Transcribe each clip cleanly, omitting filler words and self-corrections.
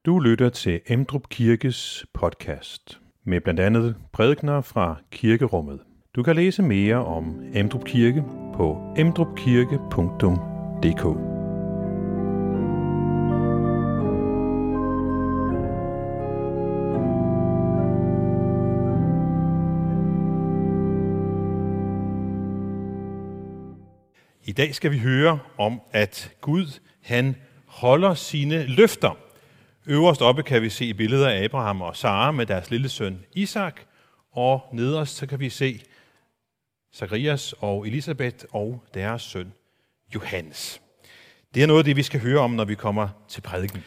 Du lytter til Emdrup Kirkes podcast med blandt andet prædikener fra kirkerummet. Du kan læse mere om Emdrup Kirke på emdrupkirke.dk. I dag skal vi høre om, at Gud han holder sine løfter. Øverst oppe kan vi se billeder af Abraham og Sara med deres lille søn Isak, og nederst så kan vi se Zacharias og Elisabeth og deres søn Johannes. Det er noget af det, vi skal høre om, når vi kommer til prædiken.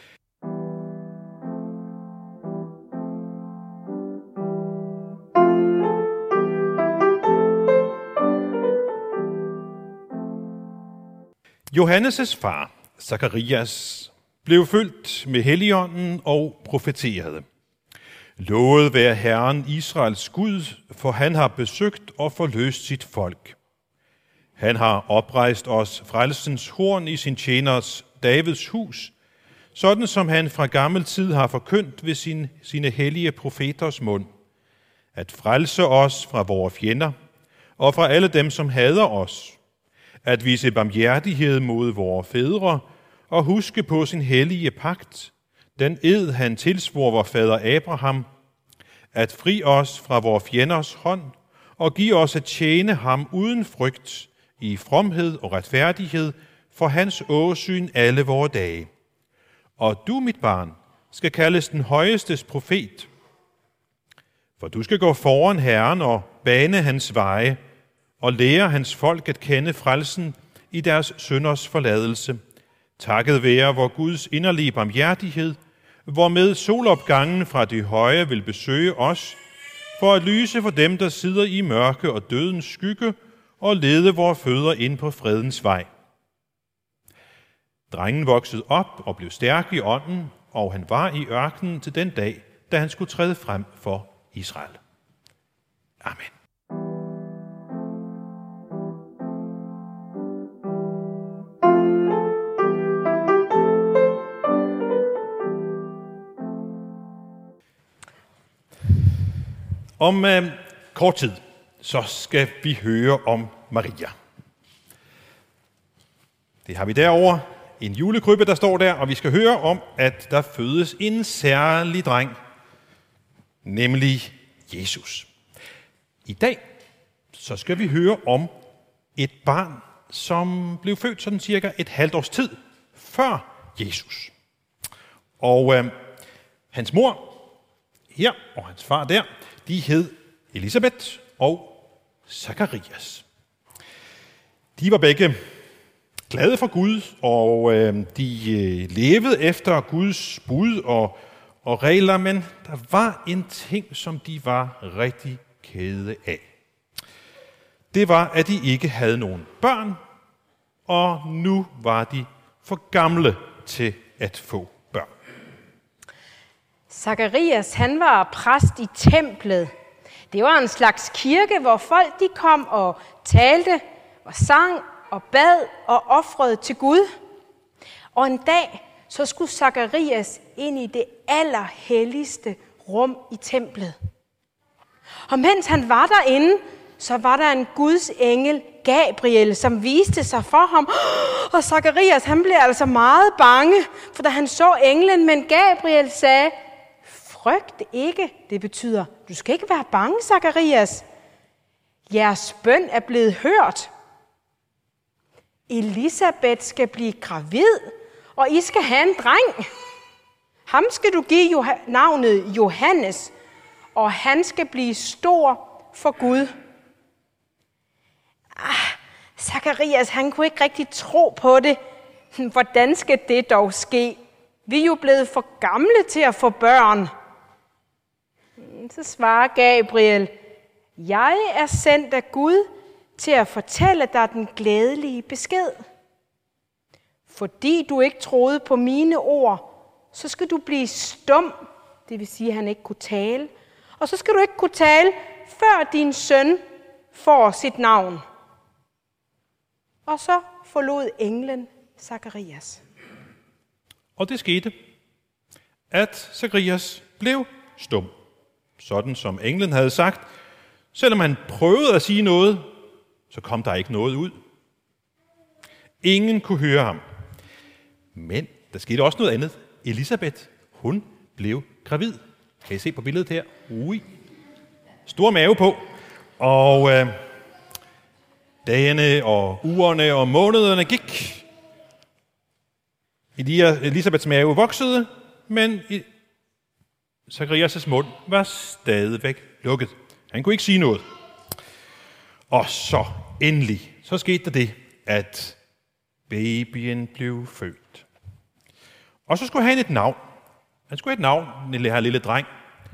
Johannes' far, Zacharias, blev fyldt med Helligånden og profeterede. Lovet være Herren Israels Gud, for han har besøgt og forløst sit folk. Han har oprejst os frelsens horn i sin tjeners Davids hus, sådan som han fra gammel tid har forkyndt ved sine hellige profeters mund, at frelse os fra vores fjender og fra alle dem, som hader os, at vise barmhjertighed mod vores fædre og huske på sin hellige pagt, den ed han tilsvor vor fader Abraham, at fri os fra vores fjenders hånd og give os at tjene ham uden frygt i fromhed og retfærdighed for hans åsyn alle vore dage. Og du, mit barn, skal kaldes den højestes profet, for du skal gå foran Herren og bane hans veje og lære hans folk at kende frelsen i deres synders forladelse, takket være vor Guds inderlige barmhjertighed, hvormed solopgangen fra det høje vil besøge os, for at lyse for dem, der sidder i mørke og dødens skygge, og lede vores fødder ind på fredens vej. Drengen voksede op og blev stærk i ånden, og han var i ørkenen til den dag, da han skulle træde frem for Israel. Amen. Om kort tid, så skal vi høre om Maria. Det har vi derovre, en julekrybbe, der står der, og vi skal høre om, at der fødes en særlig dreng, nemlig Jesus. I dag, så skal vi høre om et barn, som blev født sådan cirka et halvt års tid før Jesus. Og hans mor her og hans far der, de hed Elisabeth og Zacharias. De var begge glade for Gud, og de levede efter Guds bud og regler, men der var en ting, som de var rigtig kede af. Det var, at de ikke havde nogen børn, og nu var de for gamle til at få børn. Zacharias, han var præst i templet. Det var en slags kirke, hvor folk de kom og talte og sang og bad og ofrede til Gud. Og en dag, så skulle Zacharias ind i det allerhelligste rum i templet. Og mens han var derinde, så var der en Guds engel, Gabriel, som viste sig for ham. Og Zacharias, han blev altså meget bange, for da han så englen, men Gabriel sagde, frygt ikke, det betyder, du skal ikke være bange, Zacharias. Jeres bøn er blevet hørt. Elisabeth skal blive gravid, og I skal have en dreng. Ham skal du give navnet Johannes, og han skal blive stor for Gud. Zacharias, han kunne ikke rigtig tro på det. Hvordan skal det dog ske? Vi er jo blevet for gamle til at få børn. Så svarer Gabriel, jeg er sendt af Gud til at fortælle dig den glædelige besked. Fordi du ikke troede på mine ord, så skal du blive stum, det vil sige, at han ikke kunne tale. Og så skal du ikke kunne tale, før din søn får sit navn. Og så forlod englen Zacharias. Og det skete. at Zakarias blev stum, sådan som englen havde sagt. Selvom han prøvede at sige noget, så kom der ikke noget ud. Ingen kunne høre ham. Men der skete også noget andet. Elisabeth, hun blev gravid. Kan I se på billedet her? Ui. Stor mave på. Og dagene og ugerne og månederne gik. Elisabeths mave voksede, men Zakarias' mund var stadigvæk lukket. Han kunne ikke sige noget. Og så endelig, så skete der det, at babyen blev født. Og så skulle han et navn. Han skulle have et navn, den her lille dreng.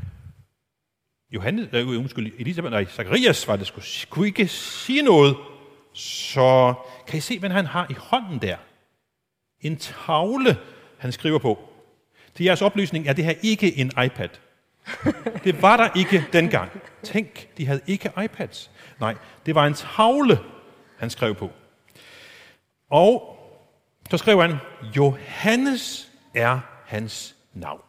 Zakarias var det, kunne ikke sige noget. Så kan I se, hvad han har i hånden der? En tavle, han skriver på. Til jeres oplysning er det her ikke en iPad. Det var der ikke dengang. Tænk, de havde ikke iPads. Nej, det var en tavle, han skrev på. Og så skrev han, Johannes er hans navn.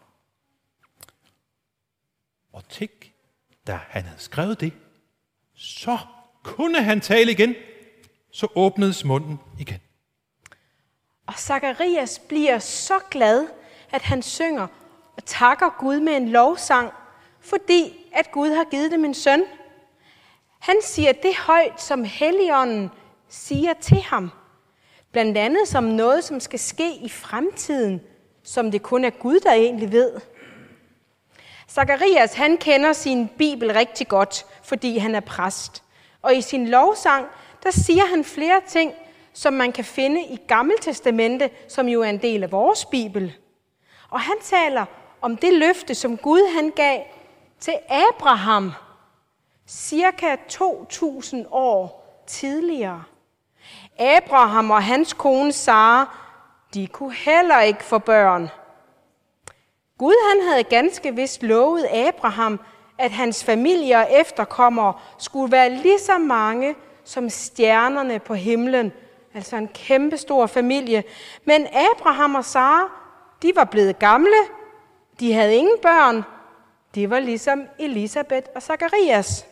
Og tænk, da han havde skrevet det, så kunne han tale igen. Så åbnedes munden igen. Og Zakarias bliver så glad, at han synger og takker Gud med en lovsang, fordi at Gud har givet dem en søn. Han siger det højt, som Helligånden siger til ham. Blandt andet som noget, som skal ske i fremtiden, som det kun er Gud, der egentlig ved. Zakarias, han kender sin bibel rigtig godt, fordi han er præst. Og i sin lovsang, der siger han flere ting, som man kan finde i Gammeltestamentet, som jo er en del af vores bibel. Og han taler om det løfte, som Gud han gav til Abraham, cirka 2000 år tidligere. Abraham og hans kone Sara, de kunne heller ikke få børn. Gud han havde ganske vist lovet Abraham, at hans familie og efterkommere skulle være lige så mange som stjernerne på himlen. Altså en kæmpestor familie. Men Abraham og Sara, de var blevet gamle. De havde ingen børn. Det var ligesom Elisabeth og Zakarias.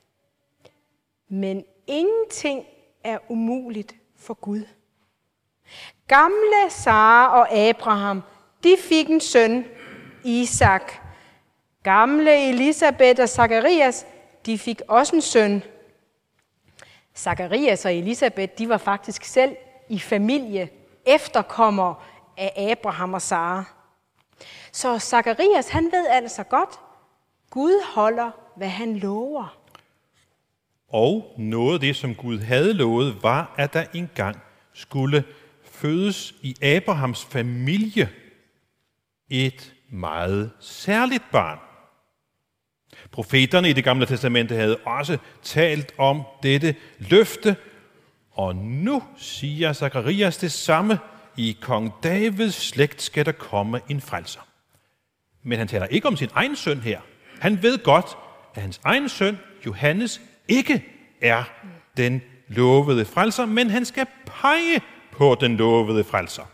Men ingenting er umuligt for Gud. Gamle Sara og Abraham, de fik en søn, Isak. Gamle Elisabeth og Zakarias, de fik også en søn. Zakarias og Elisabeth, de var faktisk selv i familie efterkommere af Abraham og Sara. Så Zakarias, han ved altså godt, Gud holder, hvad han lover. Og noget af det, som Gud havde lovet, var, at der engang skulle fødes i Abrahams familie et meget særligt barn. Profeterne i Det Gamle Testamente havde også talt om dette løfte, og nu siger Zakarias det samme. I kong Davids slægt skal der komme en frelser. Men han taler ikke om sin egen søn her. Han ved godt, at hans egen søn, Johannes, ikke er den lovede frelser, men han skal pege på den lovede frelser.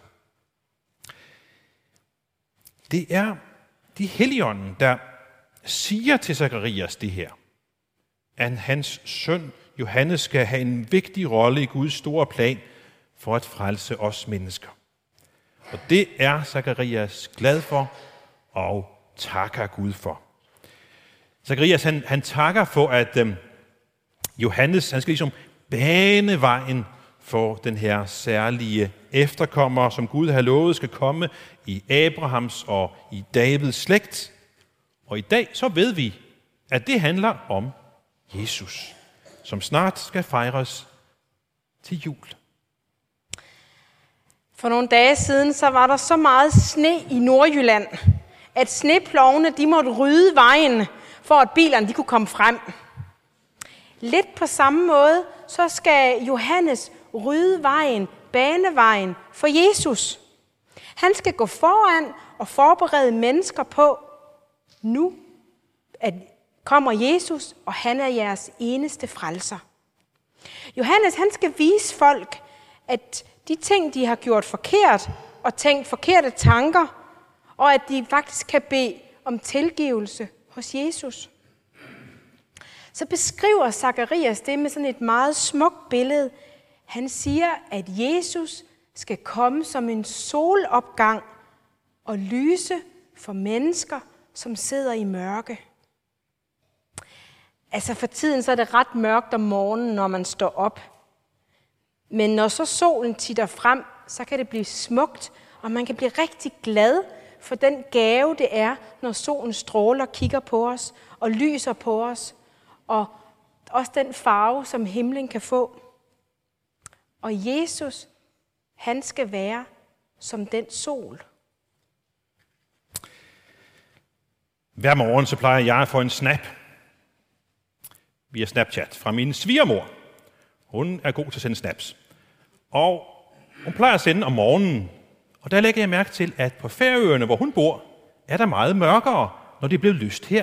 Det er de Helligånden, der siger til Zakarias det her, at hans søn Johannes skal have en vigtig rolle i Guds store plan for at frelse os mennesker. Og det er Zakarias glad for og takker Gud for. Zakarias han takker for, at Johannes han skal ligesom bane vejen for den her særlige efterkommer, som Gud har lovet skal komme i Abrahams og i Davids slægt. Og i dag så ved vi, at det handler om Jesus, som snart skal fejres til jul. For nogle dage siden, så var der så meget sne i Nordjylland, at sneplovene de måtte rydde vejen, for at bilerne de kunne komme frem. Lidt på samme måde, så skal Johannes rydde vejen, banevejen for Jesus. Han skal gå foran og forberede mennesker på, nu at kommer Jesus, og han er jeres eneste frelser. Johannes han skal vise folk, at de ting, de har gjort forkert og tænkt forkerte tanker, og at de faktisk kan bede om tilgivelse hos Jesus. Så beskriver Zakarias det med sådan et meget smukt billede. Han siger, at Jesus skal komme som en solopgang og lyse for mennesker, som sidder i mørke. Altså for tiden så er det ret mørkt om morgenen, når man står op. Men når så solen titter frem, så kan det blive smukt, og man kan blive rigtig glad for den gave, det er, når solen stråler, kigger på os og lyser på os. Og også den farve, som himlen kan få. Og Jesus, han skal være som den sol. Hver morgen så plejer jeg at få en snap via Snapchat fra min svigermor. Hun er god til at sende snaps. Og hun plejer at sende om morgenen. Og der lægger jeg mærke til, at på Færøerne, hvor hun bor, er der meget mørkere, når det er blevet lyst her.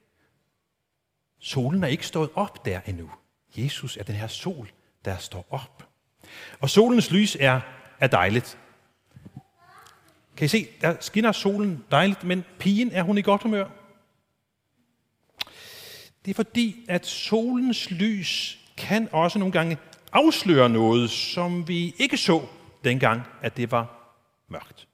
Solen er ikke stået op der endnu. Jesus er den her sol, der står op. Og solens lys er dejligt. Kan I se, der skinner solen dejligt, men pigen er hun i godt humør. Det er fordi, at solens lys kan også nogle gange afsløre noget, som vi ikke så dengang, at det var mørkt.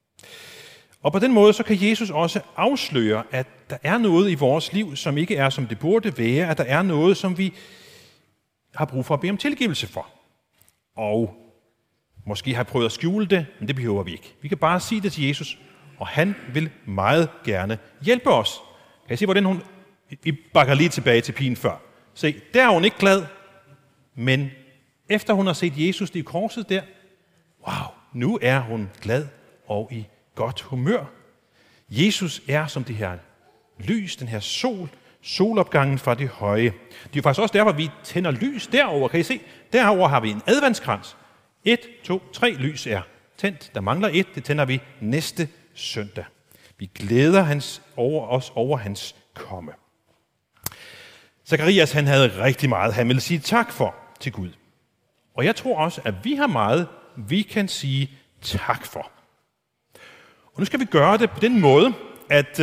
Og på den måde, så kan Jesus også afsløre, at der er noget i vores liv, som ikke er, som det burde være, at der er noget, som vi har brug for at bede om tilgivelse for. Og måske har prøvet at skjule det, men det behøver vi ikke. Vi kan bare sige det til Jesus, og han vil meget gerne hjælpe os. Kan I se, hvordan hun... Vi bakker lige tilbage til pigen før. Se, der er hun ikke glad, men efter hun har set Jesus i korset der, wow, nu er hun glad og i godt humør. Jesus er som det her lys, den her solopgangen fra det høje. Det er faktisk også derfor, vi tænder lys derover. Kan I se? Derover har vi en adventskrans. 1, 2, 3 lys er tændt. Der mangler 1, det tænder vi næste søndag. Vi glæder os over hans komme. Zakarias, han havde rigtig meget, han ville sige tak for til Gud. Og jeg tror også, at vi har meget, vi kan sige tak for. Og nu skal vi gøre det på den måde, at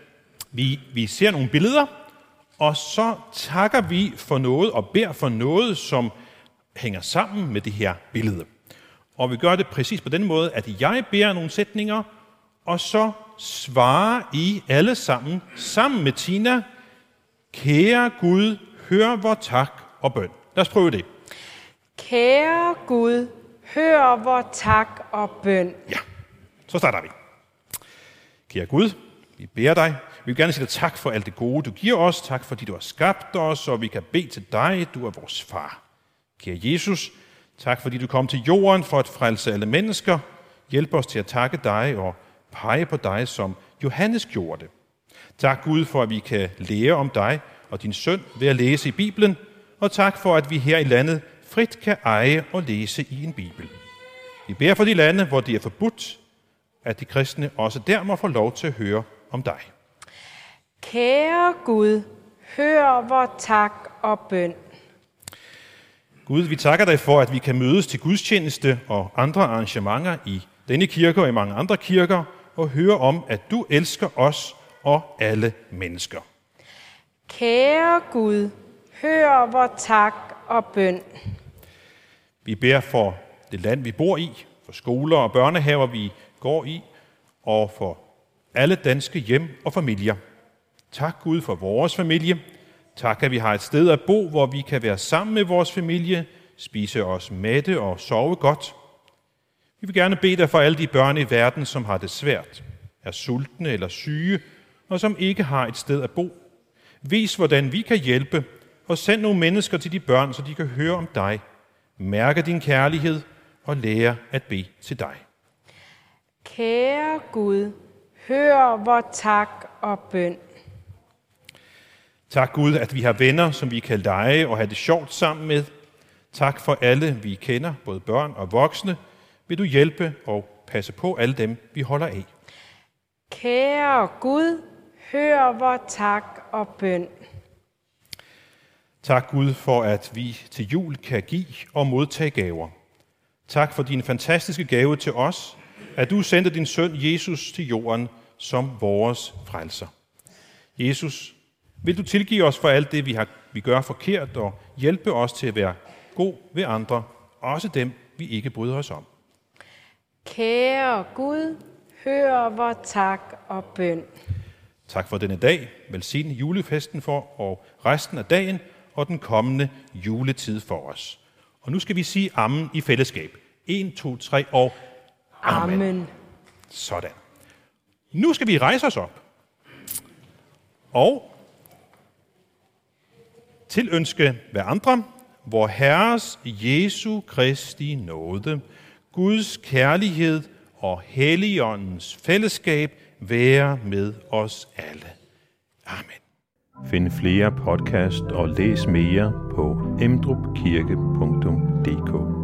vi ser nogle billeder, og så takker vi for noget og beder for noget, som hænger sammen med det her billede. Og vi gør det præcis på den måde, at jeg beder nogle sætninger, og så svarer I alle sammen med Tina, kære Gud, hør vor tak og bøn. Lad os prøve det. Kære Gud, hør vor tak og bøn. Ja, så starter vi. Kære Gud, vi beder dig. Vi vil gerne sige dig tak for alt det gode, du giver os. Tak fordi du har skabt os, og vi kan bede til dig. Du er vores far. Kære Jesus, tak fordi du kom til jorden for at frelse alle mennesker. Hjælp os til at takke dig og pege på dig, som Johannes gjorde det. Tak Gud for, at vi kan lære om dig og din søn ved at læse i Bibelen. Og tak for, at vi her i landet frit kan eje og læse i en Bibel. Vi beder for de lande, hvor det er forbudt, at de kristne også der må få lov til at høre om dig. Kære Gud, hør vor tak og bøn. Gud, vi takker dig for, at vi kan mødes til gudstjeneste og andre arrangementer i denne kirke og i mange andre kirker, og høre om, at du elsker os og alle mennesker. Kære Gud, hør vor tak og bøn. Vi beder for det land, vi bor i, for skoler og børnehaver, vi går i, og for alle danske hjem og familier. Tak Gud for vores familie. Tak, at vi har et sted at bo, hvor vi kan være sammen med vores familie, spise os mætte og sove godt. Vi vil gerne bede dig for alle de børn i verden, som har det svært, er sultne eller syge, og som ikke har et sted at bo. Vis, hvordan vi kan hjælpe, og send nogle mennesker til de børn, så de kan høre om dig, mærke din kærlighed og lære at bede til dig. Kære Gud, hør vor tak og bøn. Tak Gud, at vi har venner, som vi kan lege og have det sjovt sammen med. Tak for alle, vi kender, både børn og voksne. Vil du hjælpe og passe på alle dem, vi holder af. Kære Gud, hør vor tak og bøn. Tak Gud for, at vi til jul kan give og modtage gaver. Tak for din fantastiske gave til os, at du sendte din søn Jesus til jorden, som vores frelser. Jesus, vil du tilgive os for alt det, vi gør forkert, og hjælpe os til at være god ved andre, også dem, vi ikke bryder os om. Kære Gud, hør vor tak og bøn. Tak for denne dag. Velsign julefesten for og resten af dagen og den kommende juletid for os. Og nu skal vi sige amen i fællesskab. 1, 2, 3 og amen. Amen. Sådan. Nu skal vi rejse os op og tilønske hverandre vor Herres Jesu Kristi nåde, Guds kærlighed og Helligåndens fællesskab være med os alle. Amen. Find flere podcast og læs mere på emdrupkirke.dk.